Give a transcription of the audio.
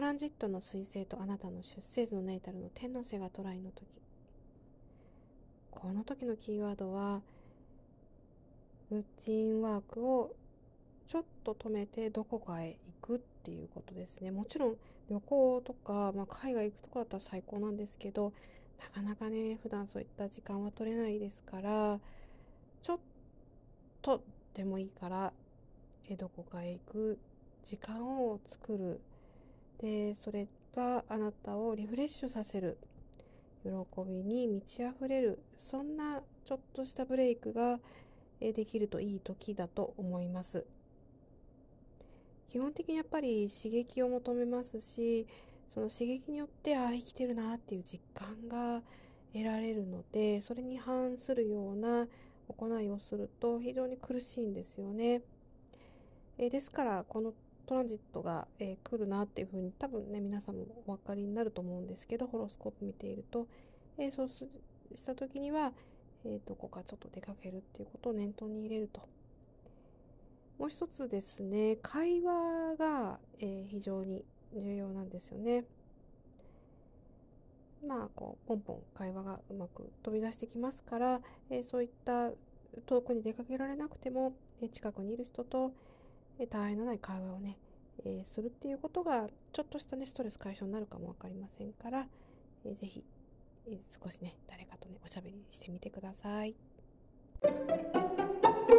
ランジットの彗星とあなたの出生図のネイタルの天の星がトライの時、この時のキーワードはルーティンワークをちょっと止めてどこかへ行くっていうことですね。もちろん旅行とか、海外行くとかだったら最高なんですけど、なかなかね普段そういった時間は取れないですから、ちょっとでもいいからどこかへ行く時間を作る。でそれがあなたをリフレッシュさせる、喜びに満ち溢れる、そんなちょっとしたブレイクができるといい時だと思います。基本的にやっぱり刺激を求めますし、その刺激によって生きてるなっていう実感が得られるので、それに反するような行いをすると非常に苦しいんですよね。ですからこのトランジットが、来るなっていうふうに多分ね皆さんもお分かりになると思うんですけど、ホロスコープ見ていると、そうした時には、どこかちょっと出かけるっていうことを念頭に入れると。もう一つですね、会話が、非常に重要なんですよね。ポンポン会話がうまく飛び出してきますから、そういった遠くに出かけられなくても、近くにいる人と、他愛のない会話をね、するっていうことがちょっとしたねストレス解消になるかもわかりませんから、ぜひ、少しね誰かとねおしゃべりしてみてください。